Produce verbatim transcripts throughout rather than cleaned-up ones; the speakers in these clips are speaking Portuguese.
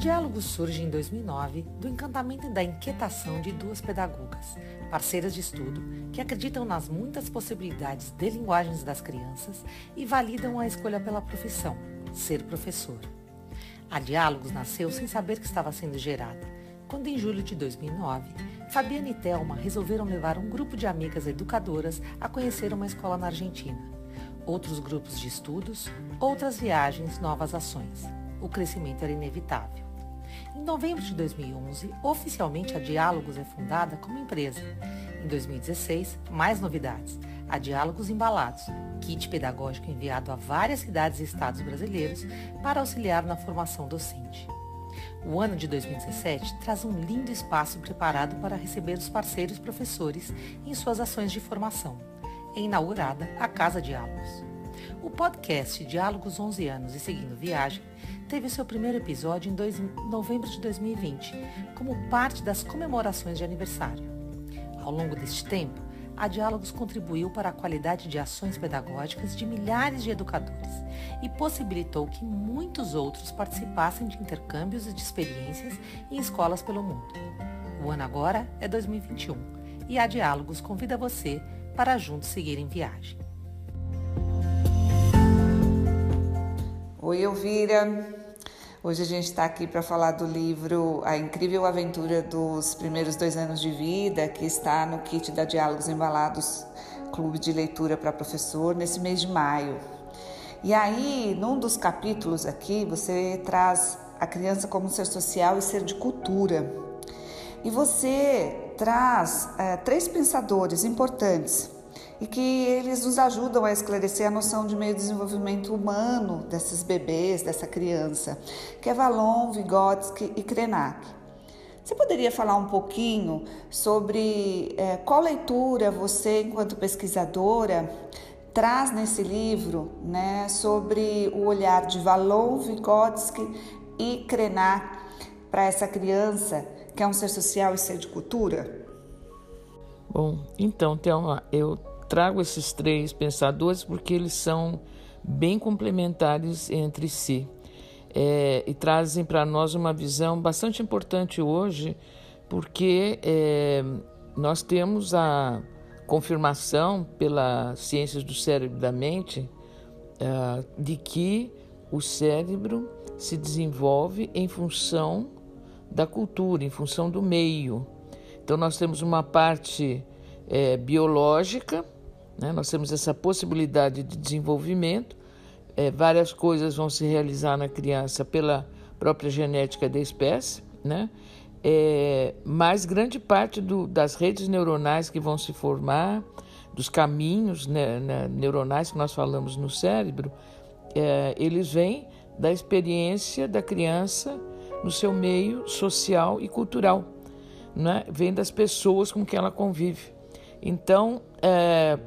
Diálogos surge em dois mil e nove do encantamento e da inquietação de duas pedagogas, parceiras de estudo, que acreditam nas muitas possibilidades de linguagens das crianças e validam a escolha pela profissão, ser professor. A Diálogos nasceu sem saber que estava sendo gerada, quando em julho de dois mil e nove, Fabiana e Thelma resolveram levar um grupo de amigas educadoras a conhecer uma escola na Argentina. Outros grupos de estudos, outras viagens, novas ações. O crescimento era inevitável. Em novembro de dois mil e onze, oficialmente a Diálogos é fundada como empresa. Em dois mil e dezesseis, mais novidades. A Diálogos Embalados, kit pedagógico enviado a várias cidades e estados brasileiros para auxiliar na formação docente. O ano de dois mil e dezessete traz um lindo espaço preparado para receber os parceiros professores em suas ações de formação. É inaugurada a Casa Diálogos. O podcast Diálogos onze anos e Seguindo Viagem teve seu primeiro episódio em dois, novembro de dois mil e vinte, como parte das comemorações de aniversário. Ao longo deste tempo, a Diálogos contribuiu para a qualidade de ações pedagógicas de milhares de educadores e possibilitou que muitos outros participassem de intercâmbios e de experiências em escolas pelo mundo. O ano agora é dois mil e vinte e um e a Diálogos convida você para juntos seguir em viagem. Oi, Elvira! Hoje a gente está aqui para falar do livro A Incrível Aventura dos Primeiros Dois Anos de Vida, que está no kit da Diálogos Embalados, Clube de Leitura para Professor, nesse mês de maio. E aí, num dos capítulos aqui, você traz a criança como ser social e ser de cultura. E você traz é, três pensadores importantes e que eles nos ajudam a esclarecer a noção de meio desenvolvimento humano desses bebês, dessa criança, que é Vallon, Vygotsky e Krenak. Você poderia falar um pouquinho sobre é, qual leitura você, enquanto pesquisadora, traz nesse livro, né, sobre o olhar de Vallon, Vygotsky e Krenak para essa criança que é um ser social e ser de cultura? Bom, então, Thelma, eu trago esses três pensadores porque eles são bem complementares entre si é, e trazem para nós uma visão bastante importante hoje, porque é, nós temos a confirmação pelas ciências do cérebro e da mente é, de que o cérebro se desenvolve em função da cultura, em função do meio. Então nós temos uma parte é, biológica, né? Nós temos essa possibilidade de desenvolvimento, é, várias coisas vão se realizar na criança pela própria genética da espécie, né? É, mas grande parte do, das redes neuronais que vão se formar, dos caminhos né, né, neuronais que nós falamos no cérebro, é, eles vêm da experiência da criança no seu meio social e cultural, né? Vem das pessoas com quem ela convive. Então, é,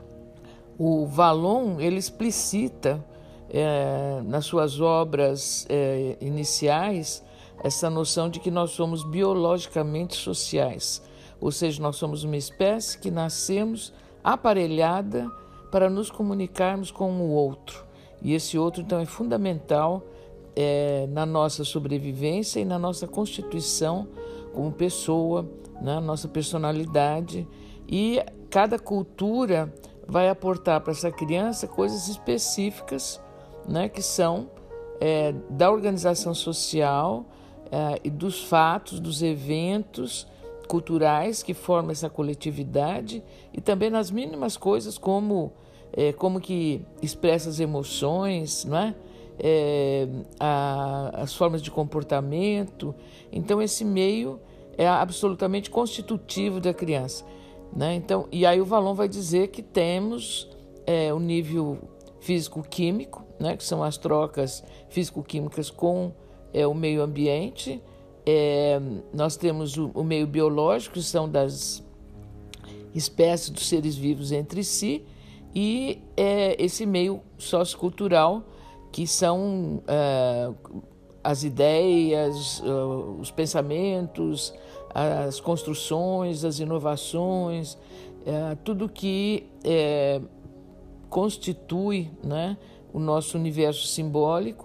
o Vallon, ele explicita é, nas suas obras é, iniciais essa noção de que nós somos biologicamente sociais, ou seja, nós somos uma espécie que nascemos aparelhada para nos comunicarmos com o outro. E esse outro, então, é fundamental é, na nossa sobrevivência e na nossa constituição como pessoa, na nossa personalidade. E cada cultura vai aportar para essa criança coisas específicas, né, que são é, da organização social é, e dos fatos, dos eventos culturais que formam essa coletividade e também nas mínimas coisas como, é, como que expressa as emoções, não é? É, a, as formas de comportamento. Então esse meio é absolutamente constitutivo da criança. Né? Então, e aí o Vallon vai dizer que temos é, o nível físico-químico, né? Que são as trocas físico-químicas com é, o meio ambiente. É, nós temos o, o meio biológico, que são das espécies dos seres vivos entre si, e é, esse meio sociocultural, que são é, as ideias, os pensamentos, as construções, as inovações, é, tudo que é, constitui, né, o nosso universo simbólico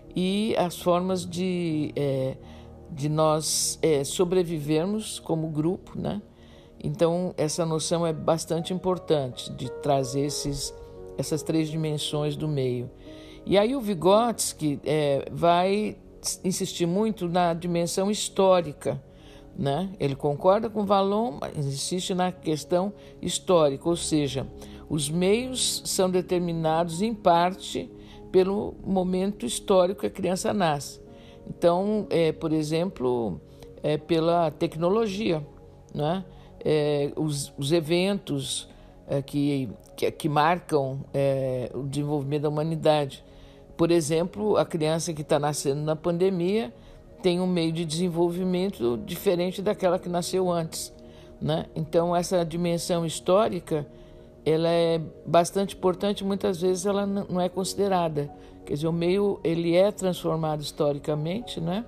e as formas de, é, de nós é, sobrevivermos como grupo, né? Então, essa noção é bastante importante, de trazer esses, essas três dimensões do meio. E aí o Vygotsky é, vai insistir muito na dimensão histórica, né? Ele concorda com Vallon, mas insiste na questão histórica, ou seja, os meios são determinados em parte pelo momento histórico que a criança nasce. Então, é, por exemplo, é, pela tecnologia, né? É, os, os eventos é, que, que, que marcam é, o desenvolvimento da humanidade. Por exemplo, a criança que está nascendo na pandemia tem um meio de desenvolvimento diferente daquela que nasceu antes, né? Então, essa dimensão histórica, ela é bastante importante, muitas vezes ela não é considerada. Quer dizer, o meio ele é transformado historicamente, né?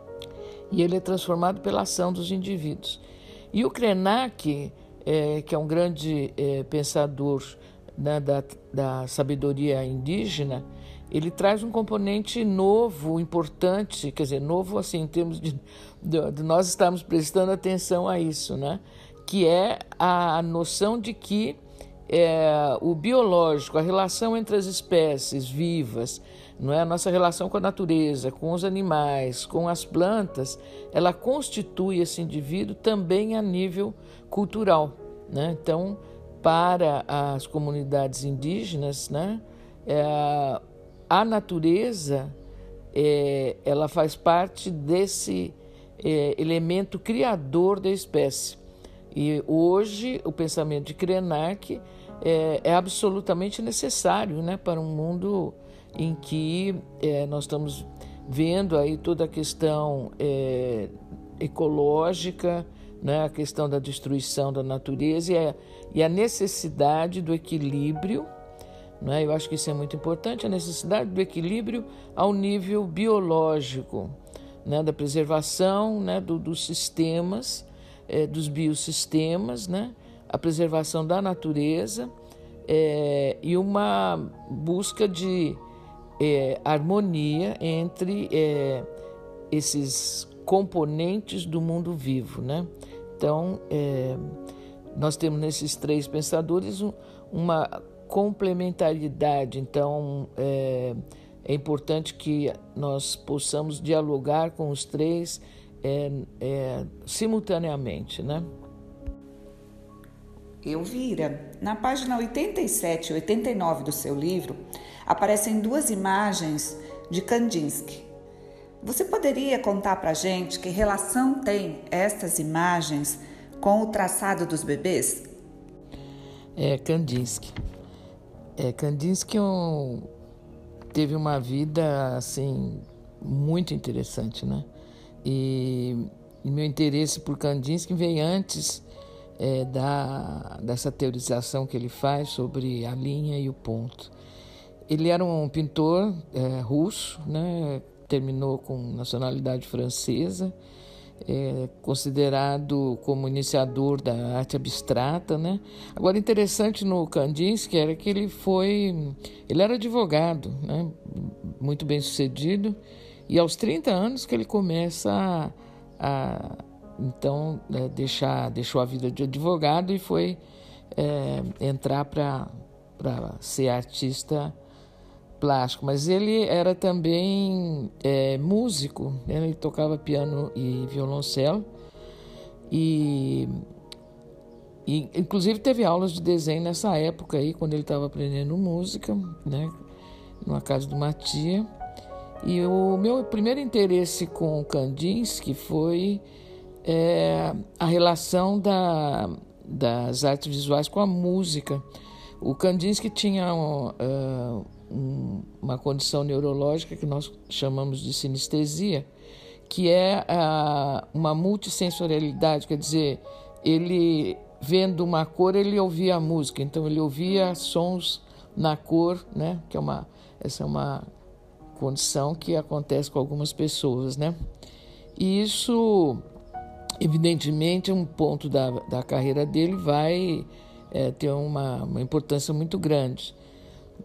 E ele é transformado pela ação dos indivíduos. E o Krenak, é, que é um grande é, pensador, né, da, da sabedoria indígena, ele traz um componente novo, importante, quer dizer, novo assim, em termos de, de, de nós estarmos prestando atenção a isso, né? Que é a noção de que é, o biológico, a relação entre as espécies vivas, não é? A nossa relação com a natureza, com os animais, com as plantas, ela constitui esse indivíduo também a nível cultural, né? Então, para as comunidades indígenas, né, é, a natureza é, ela faz parte desse é, elemento criador da espécie. E hoje o pensamento de Krenak é, é absolutamente necessário, né, para um mundo em que é, nós estamos vendo aí toda a questão é, ecológica, né, a questão da destruição da natureza e a, e a necessidade do equilíbrio, né? Eu acho que isso é muito importante, a necessidade do equilíbrio ao nível biológico, né, da preservação, né, do, dos sistemas, é, dos biossistemas, né, a preservação da natureza é, e uma busca de é, harmonia entre é, esses componentes do mundo vivo, né? Então, é, nós temos nesses três pensadores um, uma complementaridade. Então, é, é importante que nós possamos dialogar com os três é, é, simultaneamente, né? Elvira, na página oitenta e sete e oitenta e nove do seu livro, aparecem duas imagens de Kandinsky. Você poderia contar para a gente que relação tem estas imagens com o traçado dos bebês? É, Kandinsky. É, Kandinsky é um, teve uma vida, assim, muito interessante, né? E, e meu interesse por Kandinsky veio antes é, da, dessa teorização que ele faz sobre a linha e o ponto. Ele era um pintor é, russo, né? Terminou com nacionalidade francesa, é, considerado como iniciador da arte abstrata, né? Agora, interessante no Kandinsky era que ele foi, ele era advogado, né? Muito bem sucedido, e aos trinta anos que ele começa a, a então, é, deixar, deixou a vida de advogado e foi é, entrar para para ser artista plástico, mas ele era também é, músico, né? Ele tocava piano e violoncelo e, e inclusive teve aulas de desenho nessa época aí, quando ele estava aprendendo música, né? Numa casa de uma tia. E o meu primeiro interesse com o Kandinsky foi é, a relação da, das artes visuais com a música. O Kandinsky tinha uh, um, uma condição neurológica que nós chamamos de sinestesia, que é uh, uma multissensorialidade, quer dizer, ele vendo uma cor, ele ouvia a música, então ele ouvia sons na cor, né? Que é uma, essa é uma condição que acontece com algumas pessoas, né? E isso, evidentemente, um ponto da, da carreira dele vai é, ter uma, uma importância muito grande.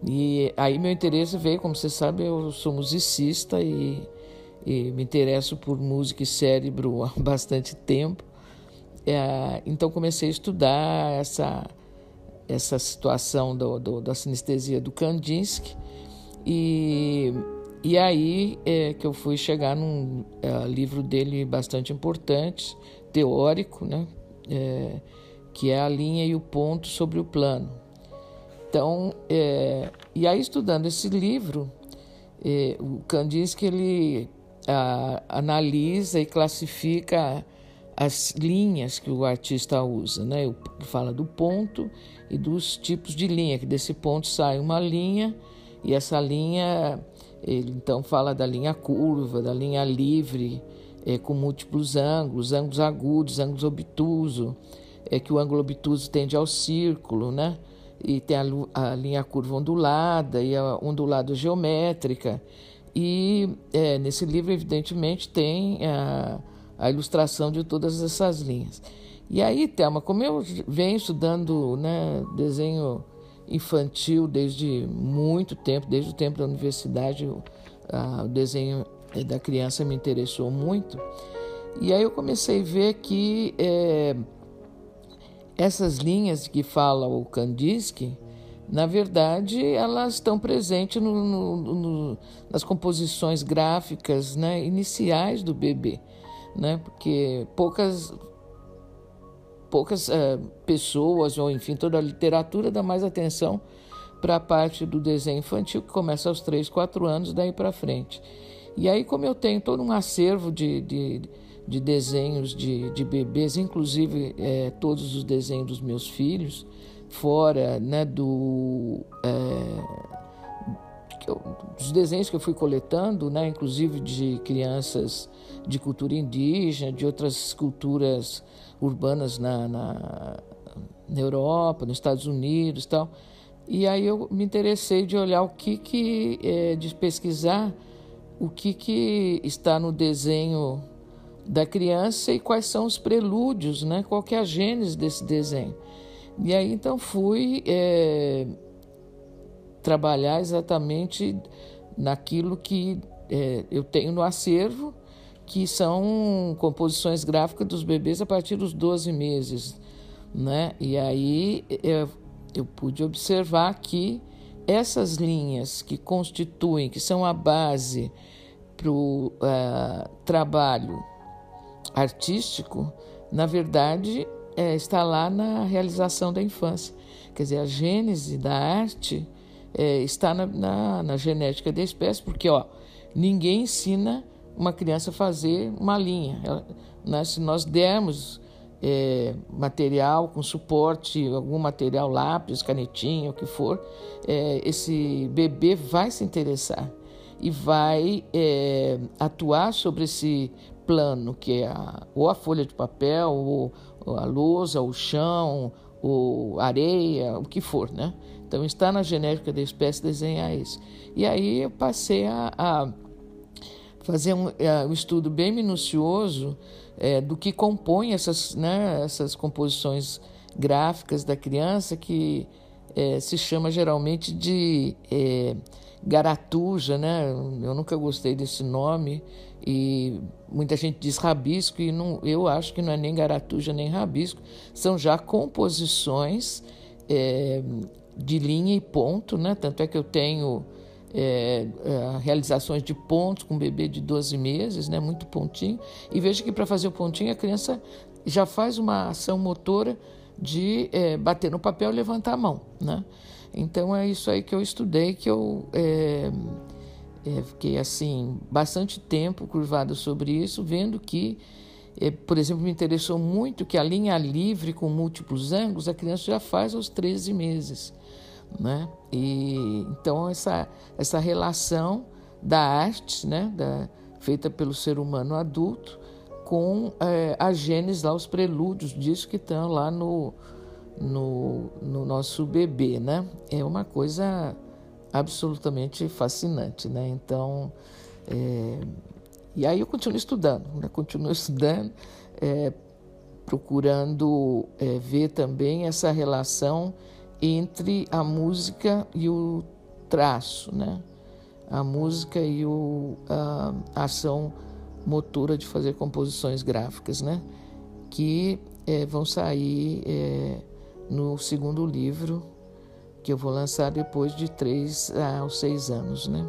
E aí meu interesse veio, como você sabe, eu sou musicista e, e me interesso por música e cérebro há bastante tempo. É, então comecei a estudar essa, essa situação do, do, da sinestesia do Kandinsky e, e aí é que eu fui chegar num é, livro dele bastante importante, teórico, né? É, que é A Linha e o Ponto sobre o Plano. Então, é, e aí estudando esse livro, é, o Kandinsky ele a, analisa e classifica as linhas que o artista usa, né? Ele fala do ponto e dos tipos de linha, que desse ponto sai uma linha, e essa linha, ele então fala da linha curva, da linha livre, é, com múltiplos ângulos, ângulos agudos, ângulos obtusos, é, que o ângulo obtuso tende ao círculo, né? E tem a, a linha curva ondulada e a ondulada geométrica. E é, nesse livro, evidentemente, tem a, a ilustração de todas essas linhas. E aí, Thelma, como eu venho estudando, né, desenho infantil desde muito tempo, desde o tempo da universidade, o, a, o desenho da criança me interessou muito. E aí eu comecei a ver que é, essas linhas que fala o Kandinsky, na verdade, elas estão presentes no, no, no, nas composições gráficas, né, iniciais do bebê, né, porque poucas, poucas uh, pessoas, ou enfim, toda a literatura dá mais atenção para a parte do desenho infantil, que começa aos três, quatro anos, daí para frente. E aí, como eu tenho todo um acervo de, de, de desenhos de, de bebês, inclusive é, todos os desenhos dos meus filhos, fora, né, do, é, dos desenhos que eu fui coletando, né, inclusive de crianças de cultura indígena, de outras culturas urbanas na, na, na Europa, nos Estados Unidos e tal. E aí eu me interessei de olhar o que, que é, de pesquisar o que, que está no desenho da criança e quais são os prelúdios, né? Qual que é a gênese desse desenho. E aí, então, fui é, trabalhar exatamente naquilo que é, eu tenho no acervo, que são composições gráficas dos bebês a partir dos doze meses, né? E aí eu, eu pude observar que essas linhas que constituem, que são a base para o uh, trabalho artístico, na verdade, é, está lá na realização da infância. Quer dizer, a gênese da arte é, está na, na, na genética da espécie, porque ó, ninguém ensina uma criança a fazer uma linha. Ela, né, se nós dermos É, material com suporte, algum material, lápis, canetinha, o que for, é, esse bebê vai se interessar e vai é, atuar sobre esse plano, que é a, ou a folha de papel, ou, ou a lousa, ou o chão, ou areia, o que for, né? Então está na genética da espécie desenhar isso. E aí eu passei a, a fazer um, um estudo bem minucioso É, do que compõe essas, né, essas composições gráficas da criança, que é, se chama geralmente de é, garatuja, né? Eu nunca gostei desse nome e muita gente diz rabisco, e não, eu acho que não é nem garatuja nem rabisco, são já composições é, de linha e ponto, né? Tanto é que eu tenho É, é, realizações de pontos com um bebê de doze meses, né, muito pontinho, e veja que para fazer o pontinho a criança já faz uma ação motora de é, bater no papel e levantar a mão, né? Então é isso aí que eu estudei, que eu é, é, fiquei assim bastante tempo curvado sobre isso, vendo que, é, por exemplo, me interessou muito que a linha livre com múltiplos ângulos a criança já faz aos treze meses. Né? E, então essa, essa relação da arte, né, da, feita pelo ser humano adulto com é, a gênese, lá, os prelúdios disso que estão lá no, no, no nosso bebê, né? É uma coisa absolutamente fascinante, né? Então, é, e aí eu continuo estudando, né? Continuo estudando, é, procurando é, ver também essa relação entre a música e o traço, né? A música e o, a, a ação motora de fazer composições gráficas, né? Que é, vão sair é, no segundo livro, que eu vou lançar depois de três aos seis anos, né?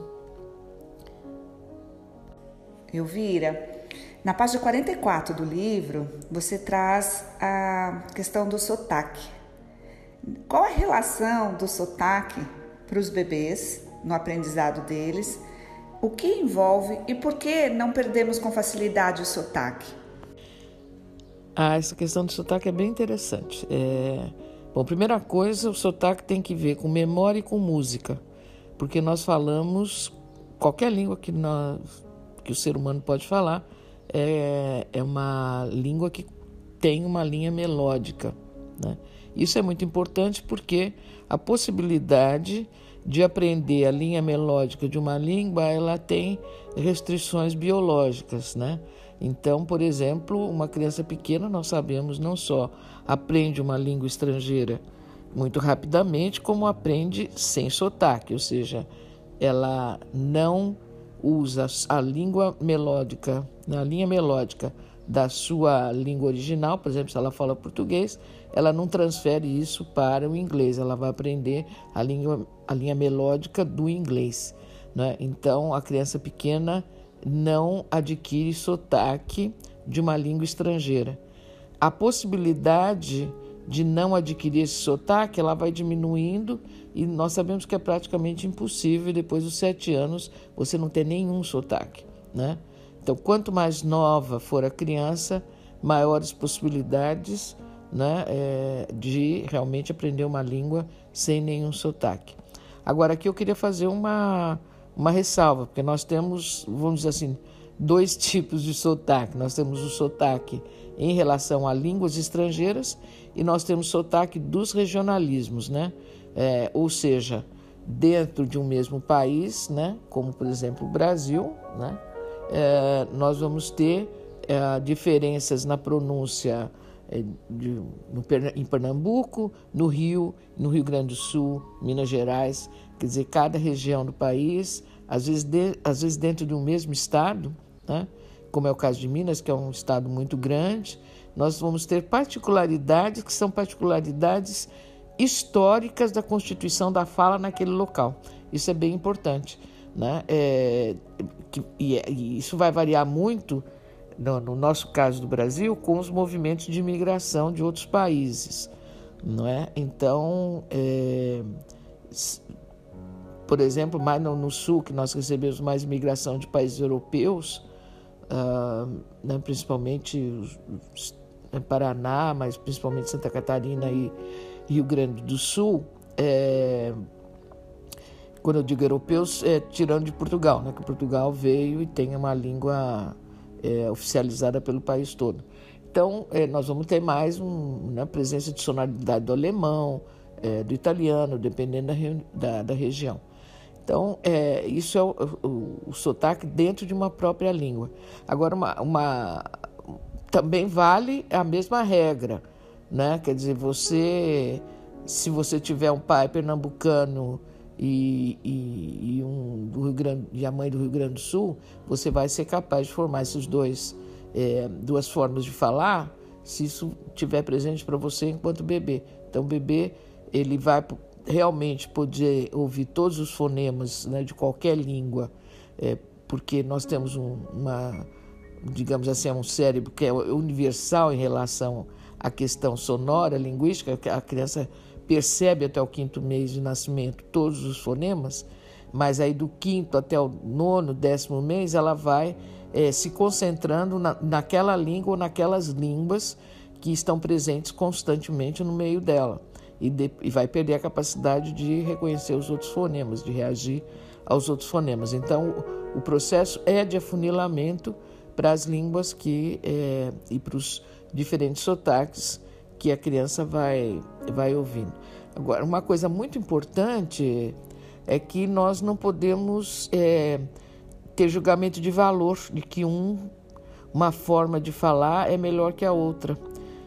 Elvira, na página quarenta e quatro do livro, você traz a questão do sotaque. Qual a relação do sotaque para os bebês, no aprendizado deles? O que envolve e por que não perdemos com facilidade o sotaque? Ah, essa questão do sotaque é bem interessante. É... Bom, primeira coisa, o sotaque tem que ver com memória e com música, porque nós falamos qualquer língua que, nós, que o ser humano pode falar, é, é uma língua que tem uma linha melódica, né? Isso é muito importante porque a possibilidade de aprender a linha melódica de uma língua, ela tem restrições biológicas, né? Então, por exemplo, uma criança pequena, nós sabemos, não só aprende uma língua estrangeira muito rapidamente, como aprende sem sotaque, ou seja, ela não usa a língua melódica, a linha melódica da sua língua original. Por exemplo, se ela fala português, ela não transfere isso para o inglês, ela vai aprender a, língua, a linha melódica do inglês, né? Então, a criança pequena não adquire sotaque de uma língua estrangeira. A possibilidade de não adquirir esse sotaque, ela vai diminuindo e nós sabemos que é praticamente impossível depois dos sete anos você não ter nenhum sotaque, né? Então, quanto mais nova for a criança, maiores possibilidades, né, é, de realmente aprender uma língua sem nenhum sotaque. Agora, aqui eu queria fazer uma, uma ressalva, porque nós temos, vamos dizer assim, dois tipos de sotaque. Nós temos o sotaque em relação a línguas estrangeiras e nós temos sotaque dos regionalismos, né? É, ou seja, dentro de um mesmo país, né, como por exemplo o Brasil, né, é, nós vamos ter é, diferenças na pronúncia é, de, no, em Pernambuco, no Rio, no Rio Grande do Sul, Minas Gerais, quer dizer, cada região do país, às vezes, de, às vezes dentro de um mesmo estado, né, como é o caso de Minas, que é um estado muito grande, nós vamos ter particularidades que são particularidades históricas da constituição da fala naquele local. Isso é bem importante, né? É, que, e, e isso vai variar muito, no, no nosso caso do Brasil, com os movimentos de imigração de outros países, não é? Então, é, por exemplo, mais no, no sul, que nós recebemos mais imigração de países europeus, uh, né, principalmente os, os, Paraná, mas principalmente Santa Catarina e Rio Grande do Sul, é, quando eu digo europeus, é tirando de Portugal, né, que Portugal veio e tem uma língua é, oficializada pelo país todo. Então, é, nós vamos ter mais uma, né, presença de sonoridade do alemão, é, do italiano, dependendo da, da, da região. Então, é, isso é o, o, o sotaque dentro de uma própria língua. Agora, uma, uma, também vale a mesma regra, né? Quer dizer, você, se você tiver um pai pernambucano e, e, e, um do Rio Grande, e a mãe do Rio Grande do Sul, você vai ser capaz de formar esses dois, é, duas formas de falar, se isso estiver presente para você enquanto bebê. Então, o bebê, ele vai realmente poder ouvir todos os fonemas, né, de qualquer língua, é, porque nós temos um, uma, digamos assim, um cérebro que é universal em relação à questão sonora, linguística. A criança percebe até o quinto mês de nascimento todos os fonemas, mas aí do quinto até o nono, décimo mês, ela vai é, se concentrando na, naquela língua ou naquelas línguas que estão presentes constantemente no meio dela. E, de, e vai perder a capacidade de reconhecer os outros fonemas, de reagir aos outros fonemas. Então, o, o processo é de afunilamento para as línguas que, é, e para os diferentes sotaques que a criança vai, vai ouvindo. Agora, uma coisa muito importante é que nós não podemos é, ter julgamento de valor, de que um, uma forma de falar é melhor que a outra.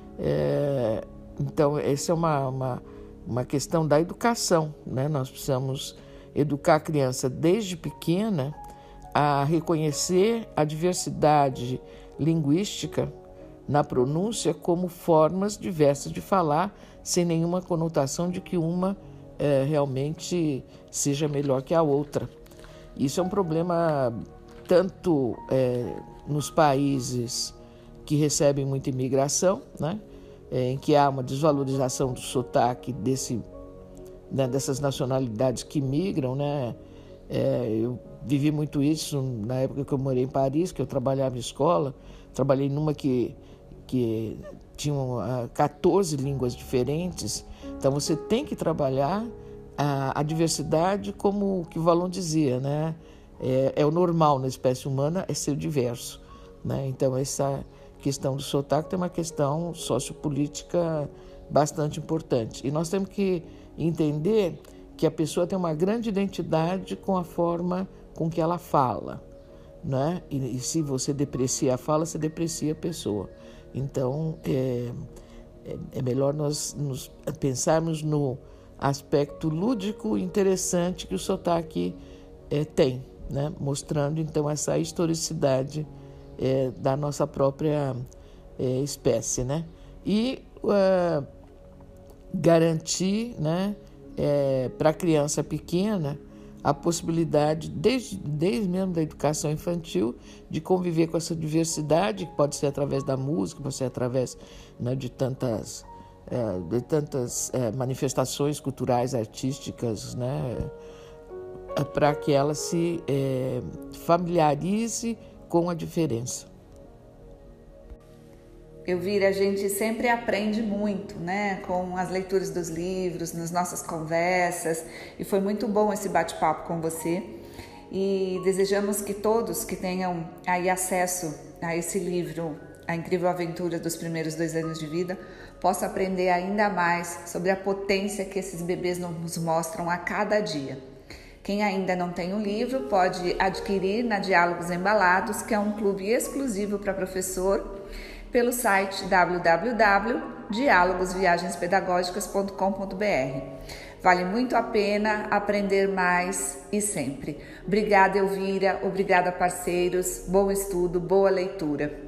É, Então, essa é uma, uma, uma questão da educação, né? Nós precisamos educar a criança desde pequena a reconhecer a diversidade linguística na pronúncia como formas diversas de falar, sem nenhuma conotação de que uma é, realmente seja melhor que a outra. Isso é um problema tanto é, nos países que recebem muita imigração, né, é, em que há uma desvalorização do sotaque desse, né, dessas nacionalidades que migram, né. É, eu vivi muito isso na época que eu morei em Paris, que eu trabalhava em escola. Trabalhei numa que, que tinha quatorze línguas diferentes. Então você tem que trabalhar a, a diversidade, como o que o Vallon dizia, né? É, é o normal na espécie humana, é ser diverso, né? Então essa questão do sotaque é uma questão sociopolítica bastante importante. E nós temos que entender que a pessoa tem uma grande identidade com a forma com que ela fala, né? E, e se você deprecia a fala, você deprecia a pessoa. Então, é, é, é melhor nós nos pensarmos no aspecto lúdico e interessante que o sotaque é, tem, né? Mostrando, então, essa historicidade é, da nossa própria é, espécie, né? E uh, garantir, né, É, para a criança pequena, a possibilidade, desde, desde mesmo da educação infantil, de conviver com essa diversidade, que pode ser através da música, pode ser através, né, de tantas, é, de tantas é, manifestações culturais, artísticas, né, para que ela se é, familiarize com a diferença. Elvira, a gente sempre aprende muito, né, com as leituras dos livros, nas nossas conversas, e foi muito bom esse bate-papo com você. E desejamos que todos que tenham aí acesso a esse livro, A Incrível Aventura dos Primeiros Dois Anos de Vida, possam aprender ainda mais sobre a potência que esses bebês nos mostram a cada dia. Quem ainda não tem o livro pode adquirir na Diálogos Embalados, que é um clube exclusivo para professor, pelo site w w w ponto diálogos viagens pedagógicas ponto com ponto b r. Vale muito a pena aprender mais e sempre. Obrigada, Elvira. Obrigada, parceiros. Bom estudo, boa leitura.